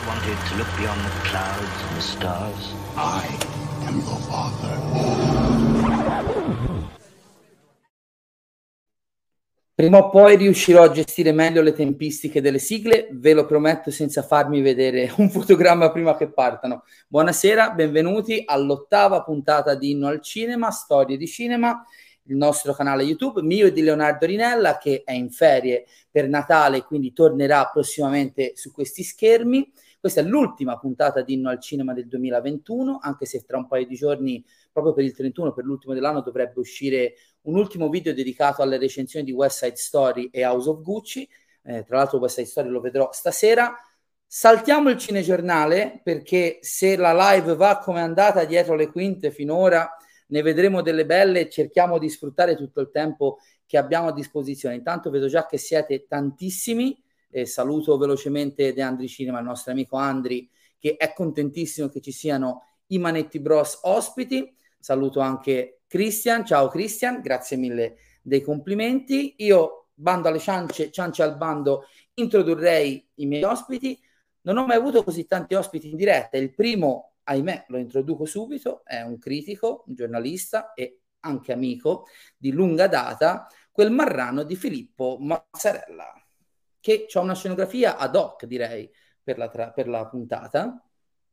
wanted to look beyond the clouds and the stars. I am your father. Prima o poi riuscirò a gestire meglio le tempistiche delle sigle, ve lo prometto senza farmi vedere un fotogramma prima che partano. Buonasera, benvenuti all'8ª puntata di Inno al Cinema, Storie di Cinema, il nostro canale YouTube, mio e di Leonardo Rinella, che è in ferie per Natale, quindi tornerà prossimamente su questi schermi. Questa è l'ultima puntata di Inno al Cinema del 2021, anche se tra un paio di giorni, proprio per il 31, per l'ultimo dell'anno, dovrebbe uscire un ultimo video dedicato alle recensioni di West Side Story e House of Gucci. Tra l'altro West Side Story lo vedrò stasera. Saltiamo il cinegiornale, perché se la live va come è andata dietro le quinte finora, ne vedremo delle belle e cerchiamo di sfruttare tutto il tempo che abbiamo a disposizione. Intanto vedo già che siete tantissimi. Saluto velocemente De Andri Cinema, il nostro amico Andri, che è contentissimo che ci siano i Manetti Bros ospiti. Saluto anche Christian, ciao Christian, grazie mille dei complimenti. Io, bando alle ciance al bando, introdurrei i miei ospiti. Non ho mai avuto così tanti ospiti in diretta. Il primo, ahimè, lo introduco subito, è un critico, un giornalista e anche amico di lunga data, quel marrano di Filippo Mazzarella, che ha una scenografia ad hoc, direi, per la puntata.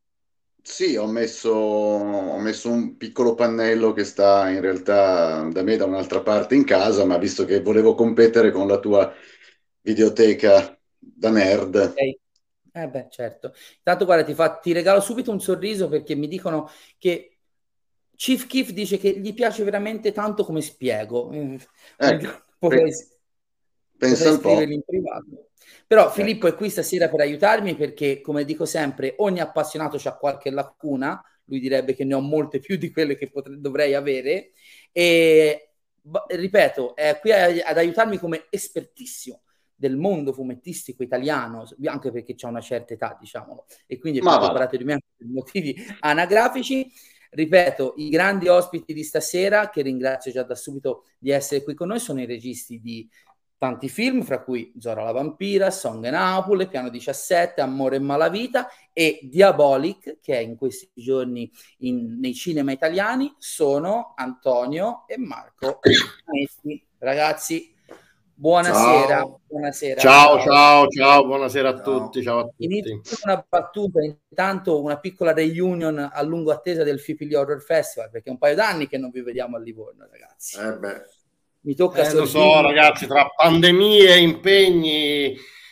Sì, ho messo un piccolo pannello che sta in realtà da me da un'altra parte in casa, ma visto che volevo competere con la tua videoteca da nerd. Okay. Beh, certo. Intanto, guarda, ti regalo subito un sorriso, perché mi dicono che Chief Keef dice che gli piace veramente tanto come spiego. Ecco, Potrei pensa un po'. scrivergli in privato. Però Filippo è qui stasera per aiutarmi, perché, come dico sempre, ogni appassionato c'ha qualche lacuna. Lui direbbe che ne ho molte più di quelle che dovrei avere. E ripeto, è qui ad aiutarmi come espertissimo del mondo fumettistico italiano, anche perché c'ha una certa età, diciamolo, e quindi è più preparato di me per motivi anagrafici. Ripeto, i grandi ospiti di stasera, che ringrazio già da subito di essere qui con noi, sono i registi di tanti film, fra cui Zora la vampira, Song and Apple, Piano 17, Amore e Malavita e Diabolic, che è in questi giorni nei cinema italiani. Sono Antonio e Marco Manetti. Ragazzi, buonasera. Ciao. Buonasera. Ciao, buonasera a tutti. Ciao a tutti. Inizio una battuta, intanto una piccola reunion a lungo attesa del Fipili Horror Festival, perché è un paio d'anni che non vi vediamo a Livorno, ragazzi. Mi tocca lo so, ragazzi, tra pandemie e impegni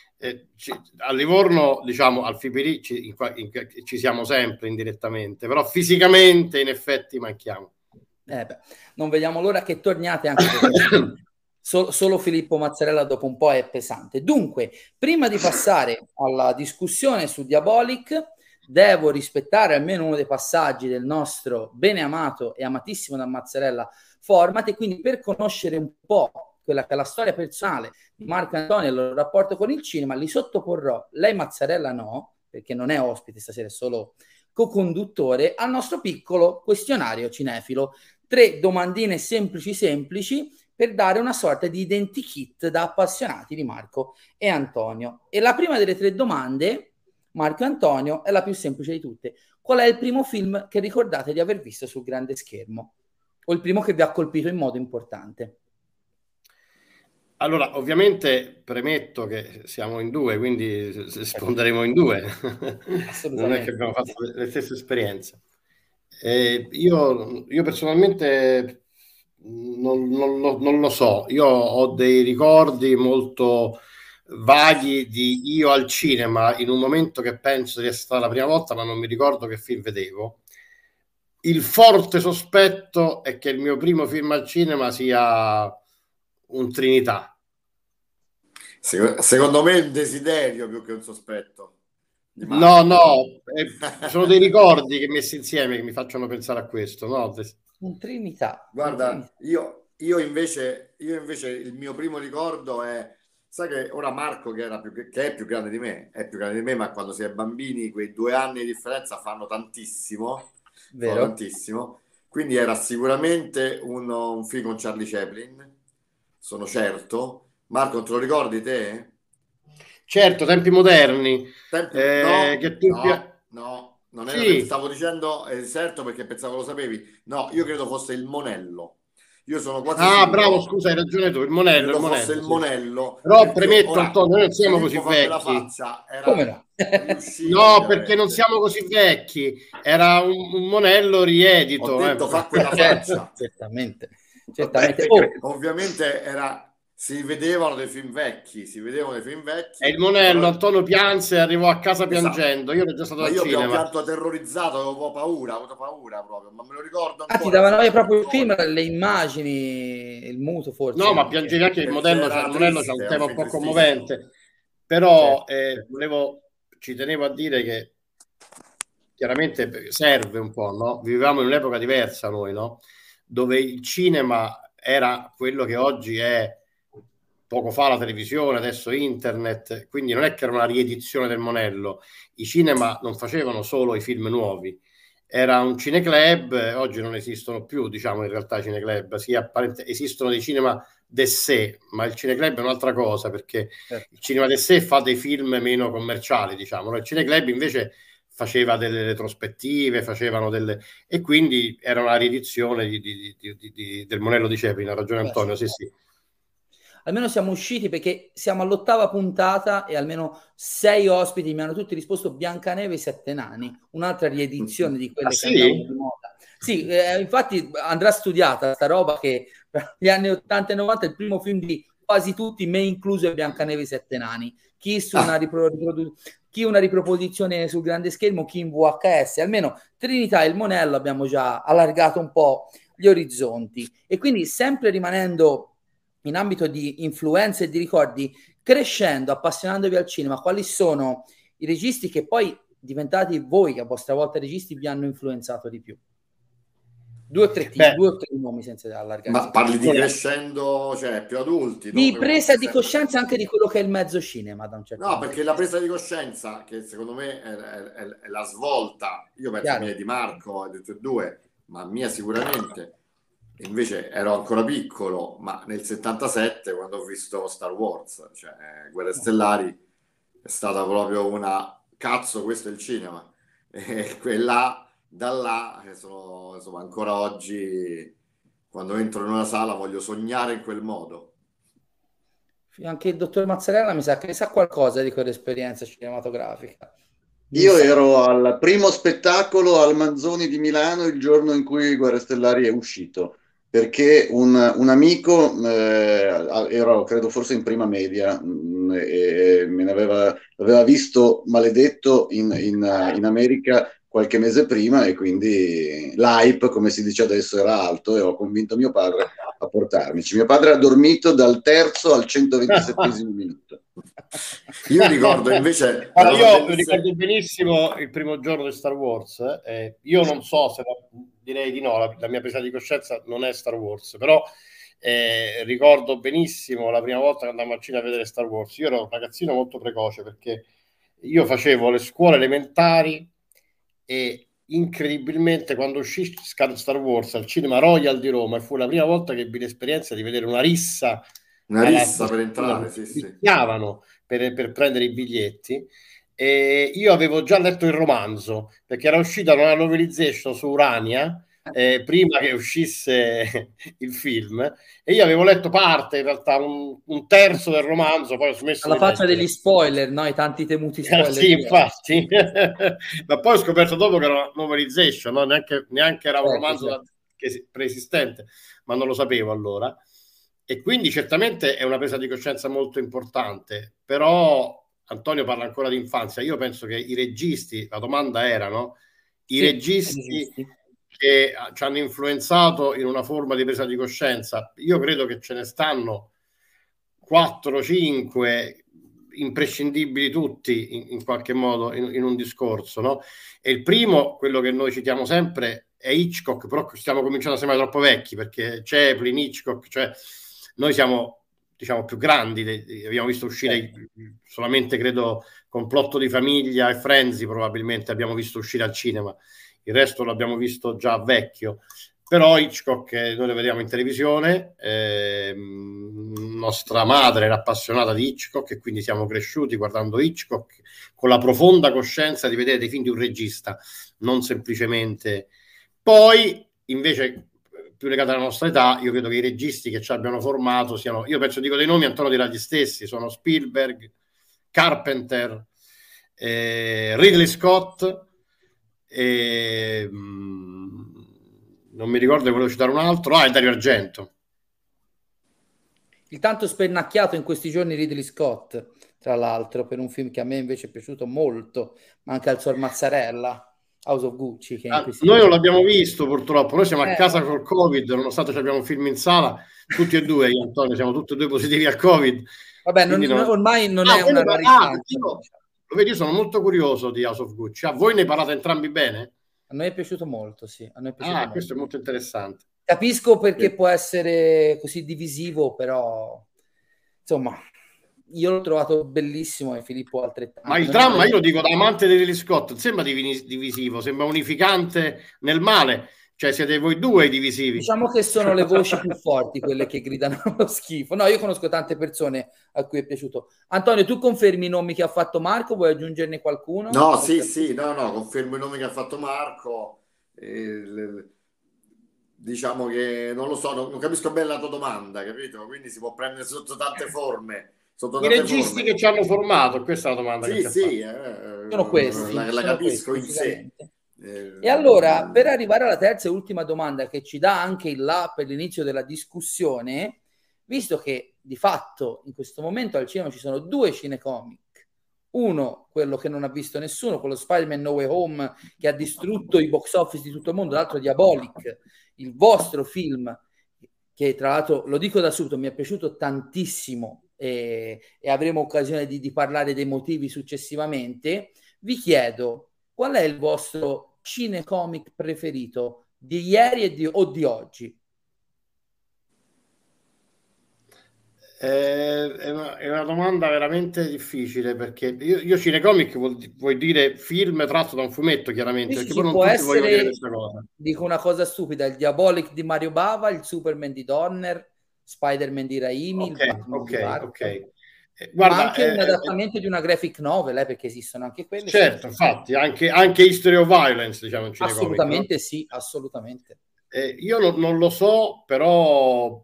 a Livorno, diciamo, al Fipili ci siamo sempre indirettamente, però fisicamente in effetti manchiamo. Non vediamo l'ora che torniate, anche perché solo Filippo Mazzarella dopo un po' è pesante. Dunque, prima di passare alla discussione su Diabolic, devo rispettare almeno uno dei passaggi del nostro bene amato e amatissimo da Mazzarella format, e quindi, per conoscere un po' quella che è la storia personale di Marco Antonio e il loro rapporto con il cinema, li sottoporrò, lei Mazzarella no, perché non è ospite stasera, è solo co-conduttore, al nostro piccolo questionario cinefilo. 3 domandine semplici per dare una sorta di identikit da appassionati di Marco e Antonio. E la prima delle 3 domande, Marco e Antonio, è la più semplice di tutte. Qual è il primo film che ricordate di aver visto sul grande schermo? O il primo che vi ha colpito in modo importante? Allora, ovviamente premetto che siamo in 2, quindi risponderemo in 2. Non è che abbiamo fatto le stesse esperienze. Io personalmente non lo so. Io ho dei ricordi molto vaghi di io al cinema in un momento che penso di essere stata la prima volta, ma non mi ricordo che film vedevo. Il forte sospetto è che il mio primo film al cinema sia un Trinità. Secondo me è un desiderio più che un sospetto. No, sono dei ricordi che messi insieme che mi facciano pensare a questo, no? Un Trinità. Guarda, io invece il mio primo ricordo è, sai che ora Marco, che è più grande di me, ma quando si è bambini quei 2 anni di differenza fanno tantissimo. Vero. Tantissimo. Quindi era sicuramente un film con Charlie Chaplin, sono certo. Marco, te lo ricordi te? Certo, tempi moderni. No, Che tu no, non era Sì. stavo dicendo certo perché pensavo lo sapevi. No, io credo fosse il Monello. Io sono quasi sicuro. Bravo, scusa, hai ragione tu, il Monello, Credo il fosse il sì. Monello. Però Perché premetto, ora, Antonio, noi non siamo Filippo, così fammi la vecchi. faccia, Come era no? riuscito, No, ovviamente. perché non siamo così vecchi. Era un Monello riedito. Ho detto fa quella faccia. Certamente. Vabbè, Oh, ovviamente si vedevano dei film vecchi, E il Monello, però- Antonio pianse e arrivò a casa esatto. piangendo. Io ero già stato Ma al io ho cinema. pianto aterrorizzato, avevo avuto paura proprio, ma me lo ricordo ti ancora. dava noia proprio il film, le immagini, il muto forse. No, ma anche. piangevi anche il Perché Monello, era il Monello c'ha triste, un è tema un un film po' tristissimo. commovente. Però Certo. ci tenevo a dire che chiaramente serve un po', no? Vivevamo in un'epoca diversa noi, no? Dove il cinema era quello che oggi è poco fa la televisione, adesso internet, quindi non è che era una riedizione del Monello. I cinema non facevano solo i film nuovi, era un cineclub, oggi non esistono più, diciamo, in realtà i cineclub, esistono dei cinema d'essè, ma il cineclub è un'altra cosa, perché Certo. il cinema d'essè fa dei film meno commerciali, diciamo, no? Il cineclub invece faceva delle retrospettive, e quindi era una riedizione del Monello di Cepri, ha ragione Antonio, sì. Almeno siamo usciti perché siamo all'8ª puntata e almeno 6 ospiti mi hanno tutti risposto Biancaneve e i 7 nani, un'altra riedizione di quelle che andavano di moda. Sì, infatti andrà studiata sta roba che per gli anni 80 e 90 il primo film di quasi tutti, me incluso, è Biancaneve e i 7 nani. Chi su chi una riproposizione sul grande schermo, chi in VHS, almeno Trinità e il Monello abbiamo già allargato un po' gli orizzonti e quindi sempre rimanendo in ambito di influenze e di ricordi, crescendo, appassionandovi al cinema, quali sono i registi che poi diventati voi, che a vostra volta registi, vi hanno influenzato di più? Due o tre nomi senza allargare. Ma parli di crescendo, cioè più adulti? Di presa di coscienza anche di quello che è il mezzo cinema, da un certo punto. No, perché la presa di coscienza, che secondo me è la svolta, io penso a mia di Marco, di tutti e due, ma mia sicuramente. Invece ero ancora piccolo, ma nel 77 quando ho visto Star Wars, cioè Guerre Stellari, è stata proprio una cazzo, questo è il cinema. E da là sono, insomma, ancora oggi quando entro in una sala voglio sognare in quel modo. Anche il dottor Mazzarella mi sa che sa qualcosa di quell'esperienza cinematografica. Io ero al primo spettacolo al Manzoni di Milano il giorno in cui Guerre Stellari è uscito, perché un amico, ero credo forse in prima media, e l'aveva visto maledetto in America qualche mese prima e quindi l'hype, come si dice adesso, era alto e ho convinto mio padre a portarmici. Mio padre ha dormito dal terzo al 127esimo minuto. Io ricordo invece io ricordo benissimo il primo giorno di Star Wars, io non so se direi di no, la mia presa di coscienza non è Star Wars, però ricordo benissimo la prima volta che andammo al cinema a vedere Star Wars. Io ero un ragazzino molto precoce perché io facevo le scuole elementari e incredibilmente quando uscì Star Wars al cinema Royal di Roma, fu la prima volta che ebbi l'esperienza di vedere una rissa per entrare, per prendere i biglietti. E io avevo già letto il romanzo perché era uscita una novelization su Urania prima che uscisse il film e io avevo letto parte, in realtà un terzo del romanzo, poi ho smesso alla faccia degli spoiler, no? I tanti temuti spoiler. Sì, infatti. Ma poi ho scoperto dopo che era una novelization, no? Neanche era un romanzo preesistente, ma non lo sapevo allora. E quindi certamente è una presa di coscienza molto importante, però Antonio parla ancora di infanzia. Io penso che i registi, la domanda era, no? I registi che ci hanno influenzato in una forma di presa di coscienza, io credo che ce ne stanno 4-5 imprescindibili tutti in qualche modo in un discorso, no? E il primo, quello che noi citiamo sempre, è Hitchcock, però stiamo cominciando a sembrare troppo vecchi perché Chaplin, Hitchcock, cioè noi siamo, diciamo, più grandi, abbiamo visto uscire solamente, credo, Complotto di famiglia e Frenzy probabilmente abbiamo visto uscire al cinema, il resto l'abbiamo visto già vecchio, Però Hitchcock noi lo vediamo in televisione, nostra madre era appassionata di Hitchcock e quindi siamo cresciuti guardando Hitchcock con la profonda coscienza di vedere dei film di un regista, non semplicemente. Poi invece, più legata alla nostra età, io credo che i registi che ci abbiano formato siano, io penso, dico dei nomi, Antonio dirà gli stessi, sono Spielberg, Carpenter, Ridley Scott e non mi ricordo, volevo citare un altro, e Dario Argento. Il tanto spennacchiato in questi giorni Ridley Scott, tra l'altro, per un film che a me invece è piaciuto molto, ma anche al suo Mazzarella, House of Gucci. Che noi non l'abbiamo visto purtroppo, noi siamo a casa col Covid, nonostante abbiamo un film in sala, tutti e due, io e Antonio siamo tutti e due positivi al Covid. Vabbè, ormai non è una rarità. Lo vedi, io sono molto curioso di House of Gucci. A voi ne parlate entrambi bene? A noi è piaciuto molto, sì. A noi è piaciuto molto. Questo è molto interessante. Capisco perché può essere così divisivo, però insomma, io l'ho trovato bellissimo e Filippo altrettanto. Ma il dramma, io lo dico da amante di Ridley Scott, non sembra divisivo, sembra unificante nel male. Cioè siete voi due divisivi. Diciamo che sono le voci più forti quelle che gridano lo schifo. No, io conosco tante persone a cui è piaciuto. Antonio, tu confermi i nomi che ha fatto Marco? Vuoi aggiungerne qualcuno? No, sì, confermo i nomi che ha fatto Marco. Diciamo che non lo so, non capisco bene la tua domanda, capito? Quindi si può prendere sotto tante forme. I registi che ci hanno formato, questa è la domanda. Sì, sono questi. La capisco in sé. E allora, per arrivare alla terza e ultima domanda che ci dà anche il là per l'inizio della discussione, visto che di fatto in questo momento al cinema ci sono due cinecomic, uno, quello che non ha visto nessuno, quello Spider-Man No Way Home che ha distrutto i box office di tutto il mondo, l'altro Diabolic, il vostro film, che tra l'altro, lo dico da subito, mi è piaciuto tantissimo e avremo occasione di parlare dei motivi successivamente. Vi chiedo, qual è il vostro cinecomic preferito di ieri o di oggi? È una domanda veramente difficile, perché io cinecomic vuoi dire film tratto da un fumetto, chiaramente, perché poi non tutti vogliono dire questa cosa. Dico una cosa stupida: il Diabolic di Mario Bava, il Superman di Donner, Spider-Man di Raimi, il Batman di Barton. Guarda, ma anche un adattamento di una graphic novel, perché esistono anche quelle. Certo, infatti, anche History of Violence, diciamo, in cinecomic, assolutamente, no? Sì, assolutamente. Io non lo so, però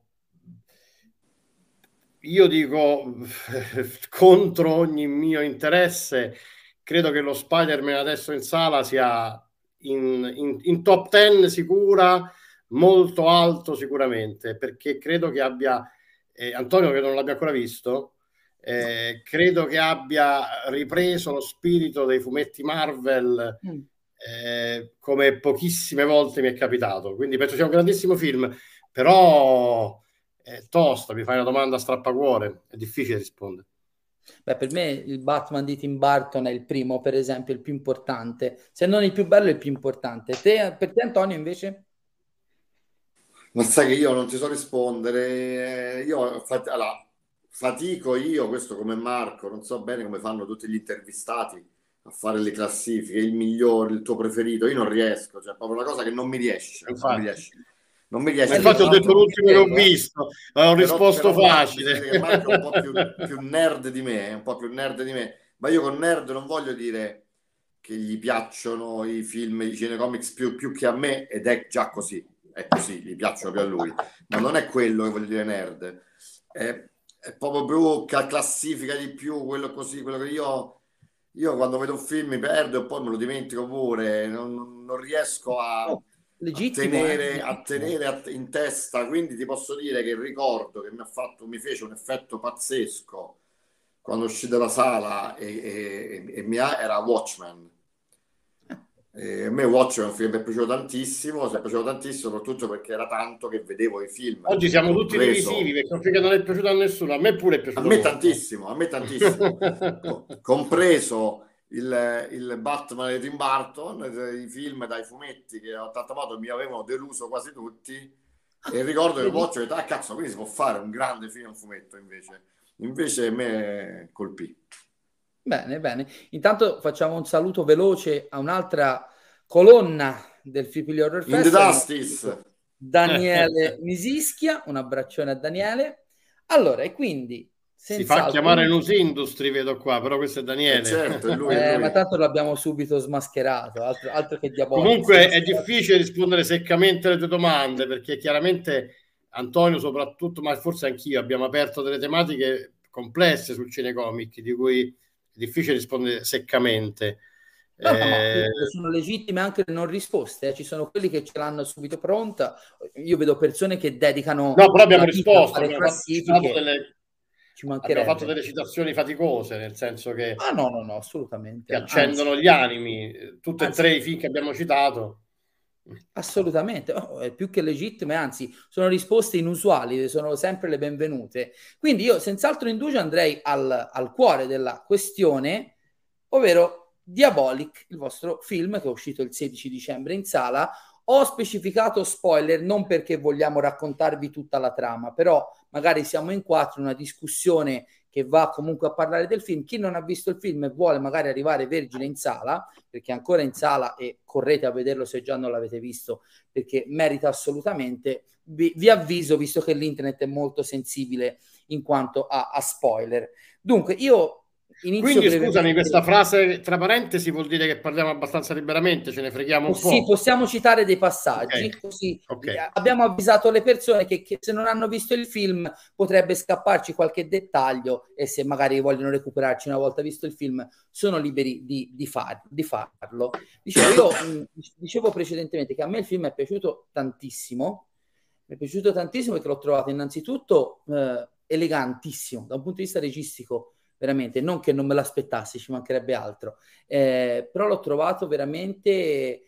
io dico, contro ogni mio interesse, credo che lo Spider-Man adesso in sala sia in top 10 sicura, molto alto sicuramente, perché credo che abbia, Antonio credo non l'abbia ancora visto, credo che abbia ripreso lo spirito dei fumetti Marvel come pochissime volte mi è capitato, quindi penso sia un grandissimo film, però è tosta, mi fai una domanda a strappacuore, è difficile rispondere. Beh, per me il Batman di Tim Burton è il primo, per esempio, il più importante, se non il più bello, il più importante. Per te Antonio invece? Non sai che io non ti so rispondere, fatico io, questo come Marco, non so bene come fanno tutti gli intervistati a fare le classifiche, il migliore, il tuo preferito, io non riesco, cioè è proprio una cosa che non mi riesce. Non mi riesce. Infatti ho detto l'ultimo che ho visto, ho risposto facile. Marco è un po' più nerd di me, ma io con nerd non voglio dire che gli piacciono i film, i cinecomics più che a me, ed è già così, gli piacciono più a lui, ma non è quello che voglio dire nerd, è proprio più classifica di più, quello che io quando vedo un film mi perdo e poi me lo dimentico pure, non riesco a tenere in testa, quindi ti posso dire che il ricordo che mi fece un effetto pazzesco quando uscì dalla sala era Watchmen. A me Watchmen è un film che mi è piaciuto tantissimo, soprattutto perché era tanto che vedevo i film. Oggi siamo tutti divisivi, perché non è piaciuto a nessuno, a me pure è piaciuto. A me tantissimo. Compreso il Batman di Tim Burton, i film dai fumetti che a tanto modo mi avevano deluso quasi tutti, e ricordo che Watchmen cazzo, quindi si può fare un grande film, un fumetto, invece me colpì. Bene. Intanto facciamo un saluto veloce a un'altra colonna del Fipili Horror Festival. In the Dusties. Daniele Misischia, un abbraccione a Daniele. Allora, e quindi si fa chiamare News Industry, vedo qua, però questo è Daniele. Certo, è lui. Ma tanto l'abbiamo subito smascherato, altro che diabolico. Comunque è difficile rispondere seccamente alle tue domande, perché chiaramente Antonio soprattutto, ma forse anch'io, abbiamo aperto delle tematiche complesse sul cinecomic, di cui è difficile rispondere seccamente. No, sono legittime anche le non risposte, ci sono quelli che ce l'hanno subito pronta. Io vedo persone che dedicano... No, però abbiamo risposto, abbiamo fatto delle citazioni faticose, nel senso che no, assolutamente, che accendono gli animi, tutte e tre i film che abbiamo citato. Assolutamente, è più che legittime, anzi sono risposte inusuali, sono sempre le benvenute. Quindi io senz'altro indugio andrei al cuore della questione, ovvero Diabolic, il vostro film che è uscito il 16 dicembre in sala. Ho specificato spoiler non perché vogliamo raccontarvi tutta la trama, però magari siamo in quattro in una discussione che va comunque a parlare del film. Chi non ha visto il film e vuole magari arrivare vergine in sala, perché è ancora in sala, e correte a vederlo se già non l'avete visto, perché merita assolutamente. Vi avviso, visto che l'internet è molto sensibile in quanto a spoiler. Dunque, io inizio. Quindi scusami, questa frase tra parentesi vuol dire che parliamo abbastanza liberamente, ce ne freghiamo un po'. Sì, possiamo citare dei passaggi, così abbiamo avvisato le persone che se non hanno visto il film potrebbe scapparci qualche dettaglio, e se magari vogliono recuperarci una volta visto il film sono liberi di farlo. Dicevo precedentemente che a me il film è piaciuto tantissimo, perché l'ho trovato innanzitutto elegantissimo da un punto di vista registico. Veramente, non che non me l'aspettassi, ci mancherebbe altro, però l'ho trovato veramente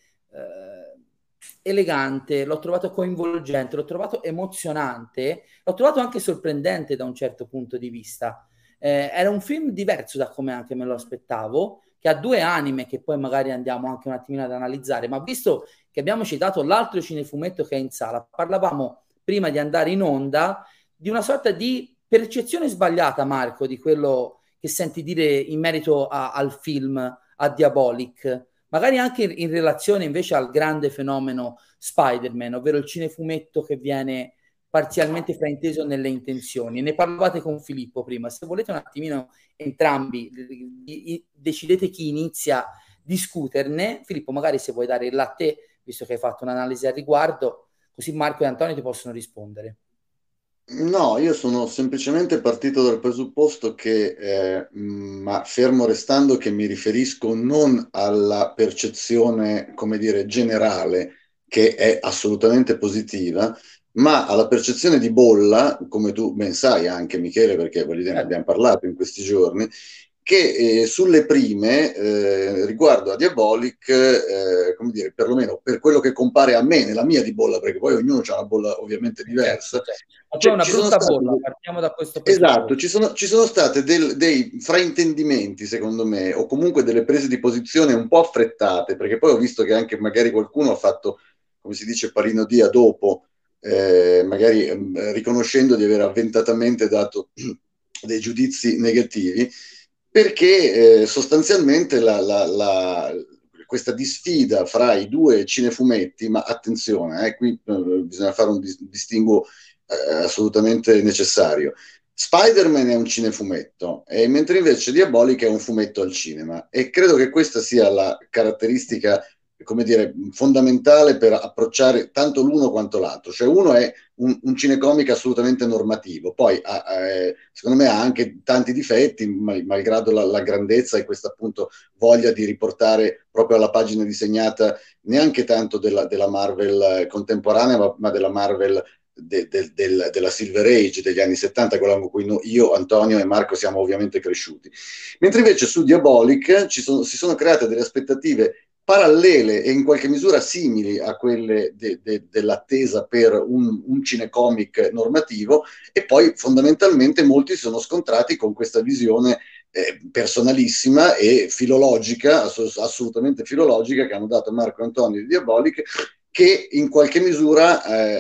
elegante, l'ho trovato coinvolgente, l'ho trovato emozionante, l'ho trovato anche sorprendente da un certo punto di vista. Era un film diverso da come anche me lo aspettavo, che ha due anime che poi magari andiamo anche un attimino ad analizzare, ma visto che abbiamo citato l'altro cinefumetto che è in sala, parlavamo prima di andare in onda di una sorta di percezione sbagliata, Marco, di quello che senti dire in merito al film, a Diabolic, magari anche in relazione invece al grande fenomeno Spider-Man, ovvero il cinefumetto che viene parzialmente frainteso nelle intenzioni. Ne parlavate con Filippo prima, se volete un attimino entrambi, decidete chi inizia a discuterne. Filippo, magari se vuoi dare il là a te, visto che hai fatto un'analisi al riguardo, così Marco e Antonio ti possono rispondere. No, io sono semplicemente partito dal presupposto che, ma fermo restando che mi riferisco non alla percezione, come dire, generale, che è assolutamente positiva, ma alla percezione di bolla, come tu ben sai anche, Michele, perché voglio dire, ne abbiamo parlato in questi giorni, che sulle prime, riguardo a Diabolic, come dire, perlomeno per quello che compare a me nella mia di bolla, perché poi ognuno ha una bolla ovviamente diversa. C'è una brutta bolla, partiamo da questo presupposto. Esatto, ci sono state dei fraintendimenti, secondo me, o comunque delle prese di posizione un po' affrettate, perché poi ho visto che anche magari qualcuno ha fatto, come si dice, palino dia dopo, magari riconoscendo di aver avventatamente dato dei giudizi negativi, perché sostanzialmente questa disfida fra i due cinefumetti, ma attenzione, qui bisogna fare un distinguo assolutamente necessario. Spider-Man è un cinefumetto, mentre invece Diabolic è un fumetto al cinema, e credo che questa sia la caratteristica, come dire, fondamentale per approcciare tanto l'uno quanto l'altro. Cioè uno è un cinecomic assolutamente normativo, poi secondo me ha anche tanti difetti, malgrado la grandezza e questa appunto voglia di riportare proprio alla pagina disegnata neanche tanto della Marvel contemporanea, ma della Marvel della Silver Age degli anni 70, quella con cui io, Antonio e Marco siamo ovviamente cresciuti. Mentre invece su Diabolic si sono create delle aspettative parallele e in qualche misura simili a quelle dell'attesa per un cinecomic normativo, e poi fondamentalmente molti si sono scontrati con questa visione personalissima e filologica, assolutamente filologica, che hanno dato Marco e Antonio di Diabolic, che in qualche misura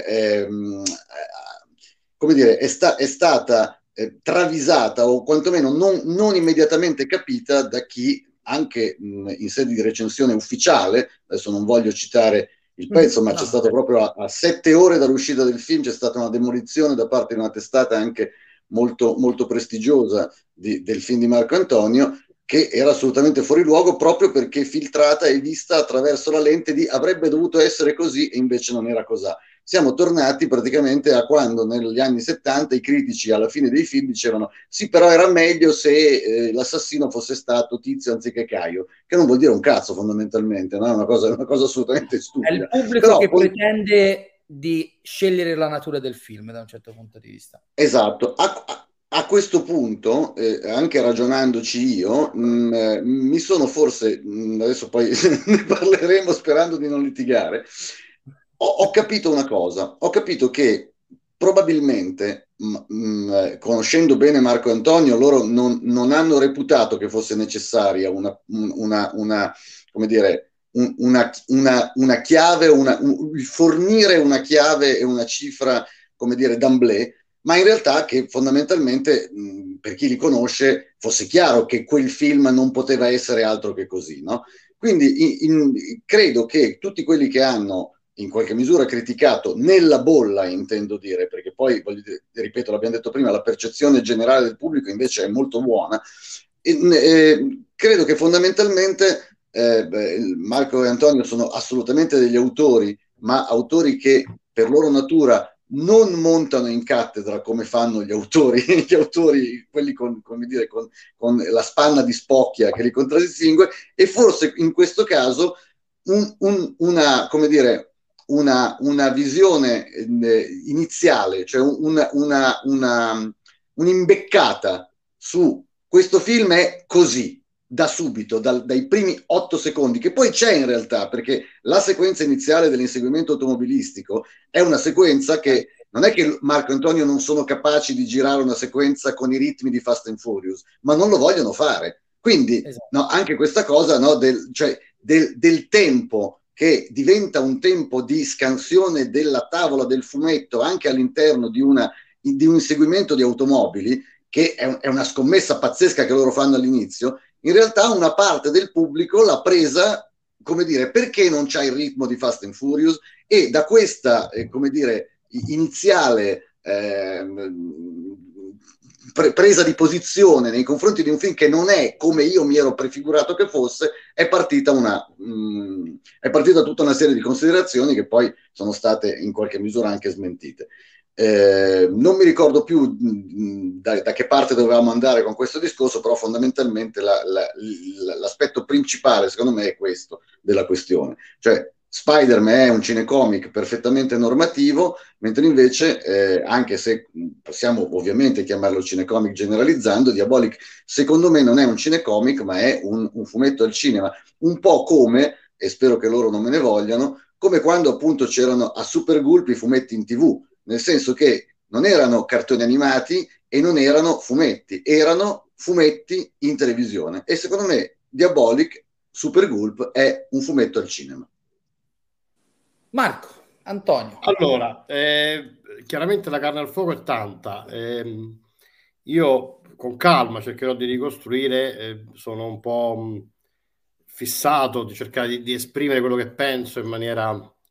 come dire, è stata travisata, o quantomeno non immediatamente capita da chi, anche in sede di recensione ufficiale, adesso non voglio citare il pezzo, ma c'è stato proprio a 7 ore dall'uscita del film, c'è stata una demolizione da parte di una testata anche molto, molto prestigiosa del film di Marco Antonio, che era assolutamente fuori luogo proprio perché filtrata e vista attraverso la lente di avrebbe dovuto essere così e invece non era così. Siamo tornati praticamente a quando negli anni 70 i critici alla fine dei film dicevano sì, però era meglio se l'assassino fosse stato Tizio anziché Caio, che non vuol dire un cazzo fondamentalmente, no? È una cosa assolutamente stupida. È il pubblico però, che pretende di scegliere la natura del film da un certo punto di vista. Esatto. A questo punto, anche ragionandoci io, mi sono forse, adesso poi ne parleremo sperando di non litigare, ho capito una cosa, ho capito che probabilmente, conoscendo bene Marco Antonio, loro non hanno reputato che fosse necessaria come dire, una chiave, fornire una chiave e una cifra, come dire, d'emblée, ma in realtà che fondamentalmente, per chi li conosce, fosse chiaro che quel film non poteva essere altro che così, no? Quindi credo che tutti quelli che hanno in qualche misura criticato nella bolla, intendo dire, perché poi, ripeto, l'abbiamo detto prima, la percezione generale del pubblico invece è molto buona, credo che fondamentalmente Marco e Antonio sono assolutamente degli autori, ma autori che per loro natura non montano in cattedra come fanno gli autori, quelli con la spanna di spocchia che li contraddistingue, e forse in questo caso una visione iniziale, cioè un'imbeccata su questo film è così, da subito, dai primi 8 secondi, che poi c'è in realtà, perché la sequenza iniziale dell'inseguimento automobilistico è una sequenza che non è che Marco e Antonio non sono capaci di girare una sequenza con i ritmi di Fast and Furious, ma non lo vogliono fare. Quindi esatto. No, anche questa cosa, no, del tempo che diventa un tempo di scansione della tavola del fumetto anche all'interno di un inseguimento di automobili, che è una scommessa pazzesca che loro fanno all'inizio, in realtà una parte del pubblico l'ha presa, come dire, perché non c'ha il ritmo di Fast and Furious, e da questa, come dire, iniziale presa di posizione nei confronti di un film che non è come io mi ero prefigurato che fosse, è partita tutta una serie di considerazioni che poi sono state in qualche misura anche smentite. Non mi ricordo più da che parte dovevamo andare con questo discorso, però fondamentalmente l'aspetto principale secondo me è questo della questione, cioè Spider-Man è un cinecomic perfettamente normativo, mentre invece, anche se possiamo ovviamente chiamarlo cinecomic generalizzando, Diabolic secondo me non è un cinecomic, ma è un fumetto al cinema, un po' come, e spero che loro non me ne vogliano, come quando appunto c'erano a Super Gulp i fumetti in TV, nel senso che non erano cartoni animati e non erano fumetti, erano fumetti in televisione, e secondo me Diabolic, Super Gulp è un fumetto al cinema. Marco, Antonio. Allora, chiaramente la carne al fuoco è tanta. Io con calma cercherò di ricostruire, sono un po' fissato di cercare di esprimere quello che penso in maniera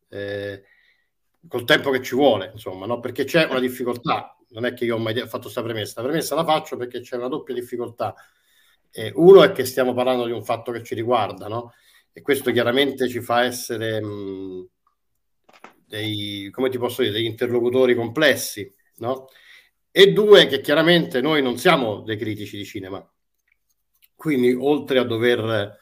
col tempo che ci vuole, insomma, no? Perché c'è una difficoltà. Non è che io ho mai fatto questa premessa. La premessa la faccio perché c'è una doppia difficoltà. Uno è che stiamo parlando di un fatto che ci riguarda, no? E questo chiaramente ci fa essere come ti posso dire, degli interlocutori complessi, no? E due, che chiaramente noi non siamo dei critici di cinema, quindi oltre a dover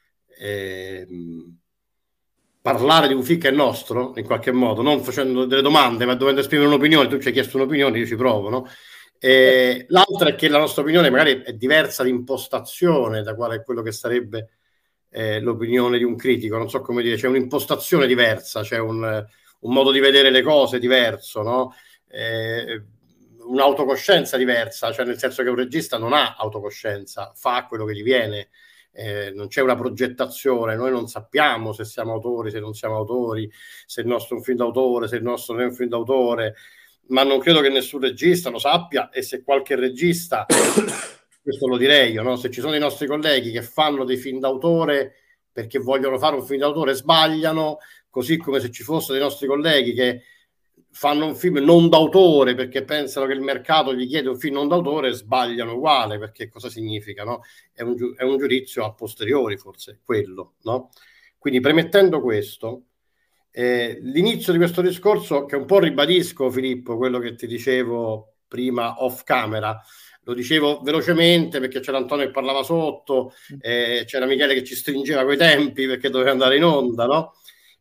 parlare di un film che è nostro in qualche modo, non facendo delle domande ma dovendo esprimere un'opinione, tu ci hai chiesto un'opinione, io ci provo, no? L'altra è che la nostra opinione magari è diversa di impostazione da quale è quello che sarebbe l'opinione di un critico, non so come dire, c'è un'impostazione diversa, c'è un modo di vedere le cose diverso, no? Un'autocoscienza diversa, cioè nel senso che un regista non ha autocoscienza, fa quello che gli viene, non c'è una progettazione, noi non sappiamo se siamo autori, se non siamo autori, se il nostro è un film d'autore, se il nostro non è un film d'autore, ma non credo che nessun regista lo sappia, e se qualche regista, questo lo direi io, no? Se ci sono i nostri colleghi che fanno dei film d'autore perché vogliono fare un film d'autore, sbagliano, così come se ci fossero dei nostri colleghi che fanno un film non d'autore perché pensano che il mercato gli chiede un film non d'autore, sbagliano uguale, perché cosa significa, no? È un giudizio a posteriori, forse, quello, no? Quindi, premettendo questo, l'inizio di questo discorso, che un po' ribadisco, Filippo, quello che ti dicevo prima off camera, lo dicevo velocemente perché c'era Antonio che parlava sotto, c'era Michele che ci stringeva coi tempi perché doveva andare in onda, no?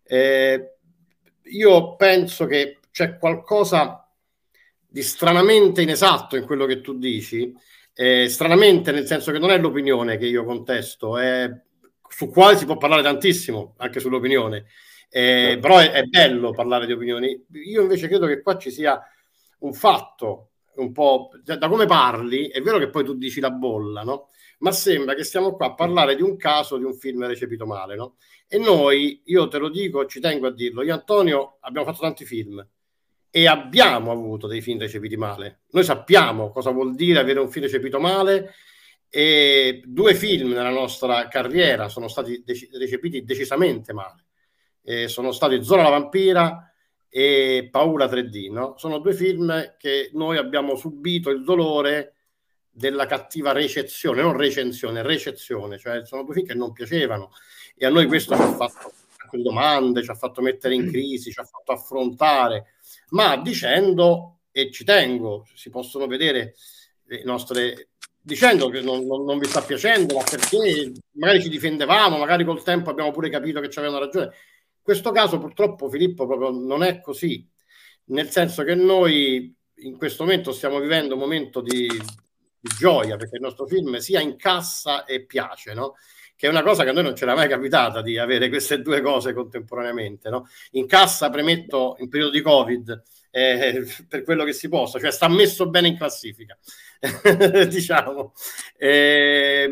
Io penso che c'è qualcosa di stranamente inesatto in quello che tu dici, stranamente nel senso che non è l'opinione che io contesto, su quale si può parlare tantissimo, anche sull'opinione, però è bello parlare di opinioni. Io invece credo che qua ci sia un fatto, un po' da come parli, è vero che poi tu dici la bolla, no? Ma sembra che stiamo qua a parlare di un caso di un film recepito male, no? E noi, io te lo dico, ci tengo a dirlo, io e Antonio abbiamo fatto tanti film e abbiamo avuto dei film recepiti male. Noi sappiamo cosa vuol dire avere un film recepito male, e 2 film nella nostra carriera sono stati recepiti decisamente male. Sono stati Zona la Vampira e Paura 3D, no? Sono 2 film che noi abbiamo subito il dolore della cattiva recezione, non recensione, recezione, cioè sono 2 film che non piacevano, e a noi questo ci ha fatto domande, ci ha fatto mettere in crisi, ci ha fatto affrontare, ma dicendo, e ci tengo, si possono vedere le nostre, dicendo che non vi sta piacendo, ma perché magari ci difendevamo, magari col tempo abbiamo pure capito che ci avevano ragione. In questo caso purtroppo, Filippo, proprio non è così, nel senso che noi in questo momento stiamo vivendo un momento di gioia, perché il nostro film sia incassa e piace, no? Che è una cosa che a noi non ci era mai capitata, di avere queste 2 cose contemporaneamente, no? Incassa, premetto, in periodo di Covid, per quello che si possa, cioè sta messo bene in classifica, diciamo. E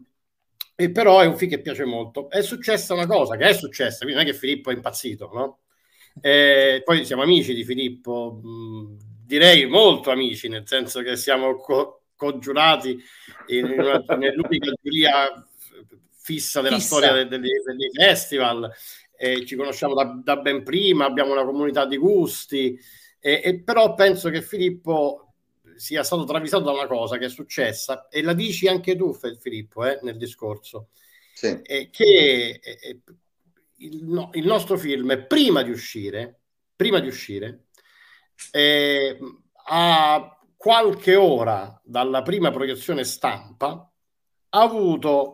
però è un film che piace molto. È successa una cosa, che è successa, quindi non è che Filippo è impazzito, no? Poi siamo amici di Filippo, direi molto amici, nel senso che siamo congiurati nell'unica giuria fissa della storia dei festival, ci conosciamo da ben prima, abbiamo una comunità di gusti, però penso che Filippo sia stato travisato da una cosa che è successa, e la dici anche tu, Filippo, nel discorso, sì. Che il nostro film prima di uscire a qualche ora dalla prima proiezione stampa ha avuto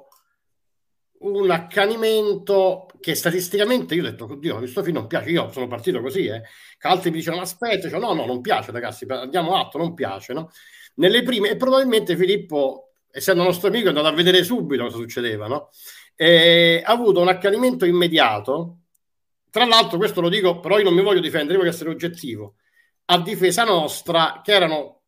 un accanimento che statisticamente io ho detto, oddio, questo film non piace, io sono partito così, che altri mi dicevano aspetta, cioè, no, non piace ragazzi, andiamo atto, non piace, no? Nelle prime, e probabilmente Filippo, essendo nostro amico, è andato a vedere subito cosa succedeva, no? Ha avuto un accanimento immediato. Tra l'altro, questo lo dico, però io non mi voglio difendere, voglio essere oggettivo, a difesa nostra, che erano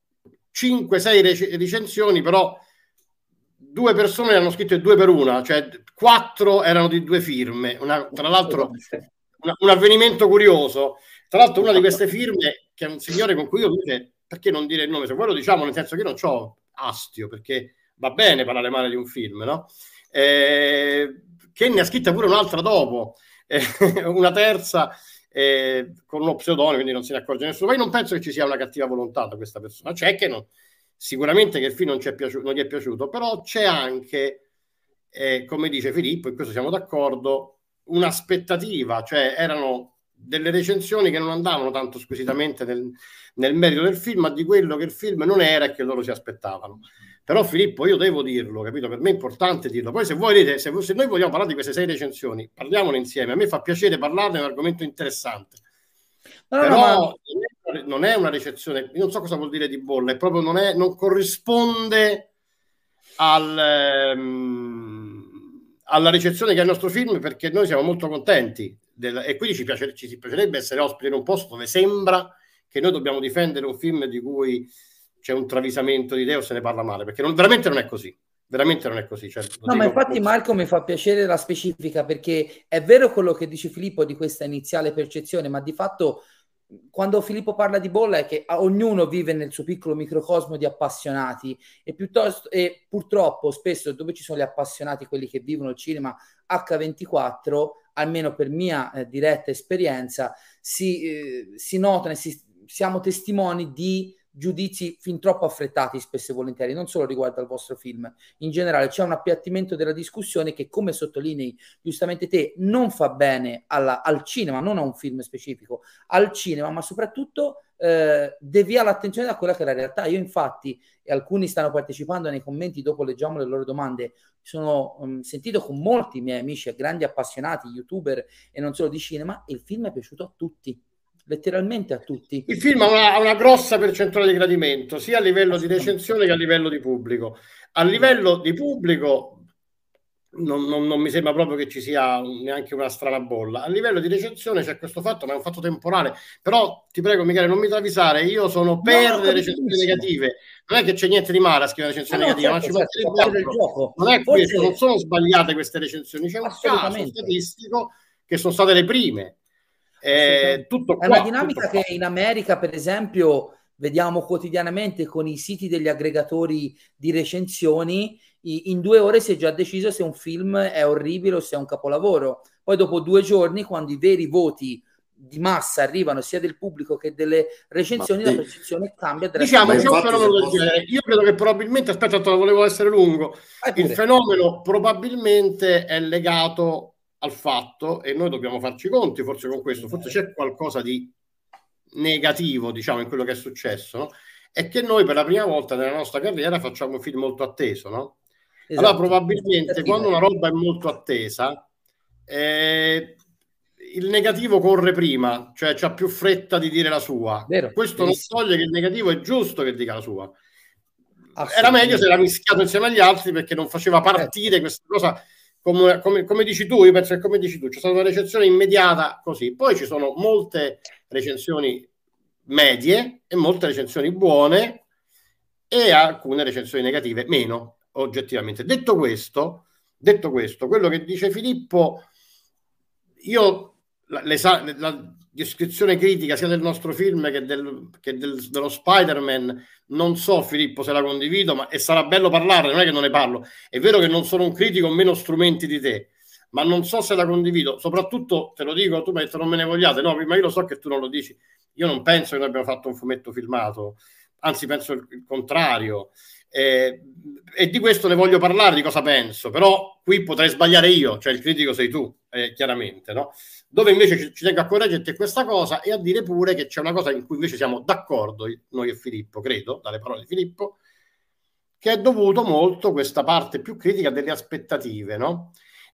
5-6 recensioni, però 2 persone hanno scritto 2 per 1, cioè 4 erano di 2 firme. Tra l'altro un avvenimento curioso, tra l'altro una di queste firme, che è un signore con cui io dice, perché non dire il nome, se voi lo diciamo, nel senso che io non c'ho astio, perché va bene parlare male di un film, no? Che ne ha scritta pure un'altra dopo, una terza con uno pseudonimo, quindi non se ne accorge nessuno. Ma io non penso che ci sia una cattiva volontà da questa persona, cioè che non, sicuramente che il film non gli è piaciuto, però c'è anche, come dice Filippo, in questo siamo d'accordo, un'aspettativa, cioè erano delle recensioni che non andavano tanto squisitamente nel merito del film, ma di quello che il film non era e che loro si aspettavano. Però Filippo, io devo dirlo, capito? Per me è importante dirlo. Poi se voi se noi vogliamo parlare di queste 6 recensioni, parliamone insieme. A me fa piacere parlarne, è un argomento interessante. Però non è una recensione, io non so cosa vuol dire di bolla, è proprio non corrisponde alla recensione che ha il nostro film, perché noi siamo molto contenti e quindi ci piacerebbe essere ospiti in un posto dove sembra che noi dobbiamo difendere un film di cui c'è un travisamento di idee o se ne parla male, perché veramente non è così. Veramente non è così. Cioè, no, ma infatti Marco mi fa piacere la specifica, perché è vero quello che dice Filippo di questa iniziale percezione, ma di fatto quando Filippo parla di bolla è che ognuno vive nel suo piccolo microcosmo di appassionati e purtroppo spesso dove ci sono gli appassionati, quelli che vivono il cinema H24, almeno per mia diretta esperienza, si notano e siamo testimoni di giudizi fin troppo affrettati spesso e volentieri, non solo riguardo al vostro film. In generale c'è un appiattimento della discussione che, come sottolinei giustamente te, non fa bene al cinema, non a un film specifico, al cinema, ma soprattutto devia l'attenzione da quella che è la realtà. Io infatti, e alcuni stanno partecipando nei commenti, dopo leggiamo le loro domande, sono sentito con molti miei amici, grandi appassionati, youtuber e non solo di cinema, e il film è piaciuto a tutti, letteralmente a tutti. Il film ha una grossa percentuale di gradimento, sia a livello di recensione che a livello di pubblico. A livello di pubblico non mi sembra proprio che ci sia neanche una strana bolla. A livello di recensione c'è questo fatto, ma è un fatto temporale. Però ti prego, Michele, non mi travisare, io sono per le recensioni negative. Non è che c'è niente di male a scrivere recensioni negative, ma ci può del gioco. Non è questo, non sono sbagliate queste recensioni, c'è un caso statistico che sono state le prime. Tutto qua, è una dinamica che in America, per esempio, vediamo quotidianamente con i siti degli aggregatori di recensioni. In 2 ore si è già deciso se un film è orribile o se è un capolavoro. Poi dopo 2 giorni, quando i veri voti di massa arrivano sia del pubblico che delle recensioni, la percezione cambia. Diciamo, c'è un fenomeno del genere. Io credo che probabilmente, aspetta, volevo essere lungo, il fenomeno probabilmente è legato al fatto, e noi dobbiamo farci i conti forse con questo, forse c'è qualcosa di negativo, diciamo, in quello che è successo, no? È che noi per la prima volta nella nostra carriera facciamo un film molto atteso, no? Esatto. Allora probabilmente quando una roba è molto attesa, il negativo corre prima, cioè c'ha più fretta di dire la sua. Vero, questo non toglie che il negativo è giusto che dica la sua. Era meglio se era mischiato insieme agli altri, perché non faceva partire questa cosa. Come dici tu, io penso che come dici tu, c'è stata una recensione immediata così, poi ci sono molte recensioni medie e molte recensioni buone e alcune recensioni negative meno, oggettivamente. Detto questo, quello che dice Filippo, io la descrizione critica sia del nostro film che dello Spider-Man, non so, Filippo, se la condivido, e sarà bello parlarne, non è che non ne parlo. È vero che non sono un critico, ho meno strumenti di te, ma non so se la condivido. Soprattutto, te lo dico, tu mi hai detto non me ne vogliate, no, ma io lo so che tu non lo dici. Io non penso che noi abbiamo fatto un fumetto filmato, anzi penso il contrario. E di questo ne voglio parlare, di cosa penso, però qui potrei sbagliare io, cioè il critico sei tu, chiaramente, no? Dove invece ci tengo a correggerti questa cosa e a dire pure che c'è una cosa in cui invece siamo d'accordo noi e Filippo, credo, dalle parole di Filippo, che è dovuto molto questa parte più critica delle aspettative, no?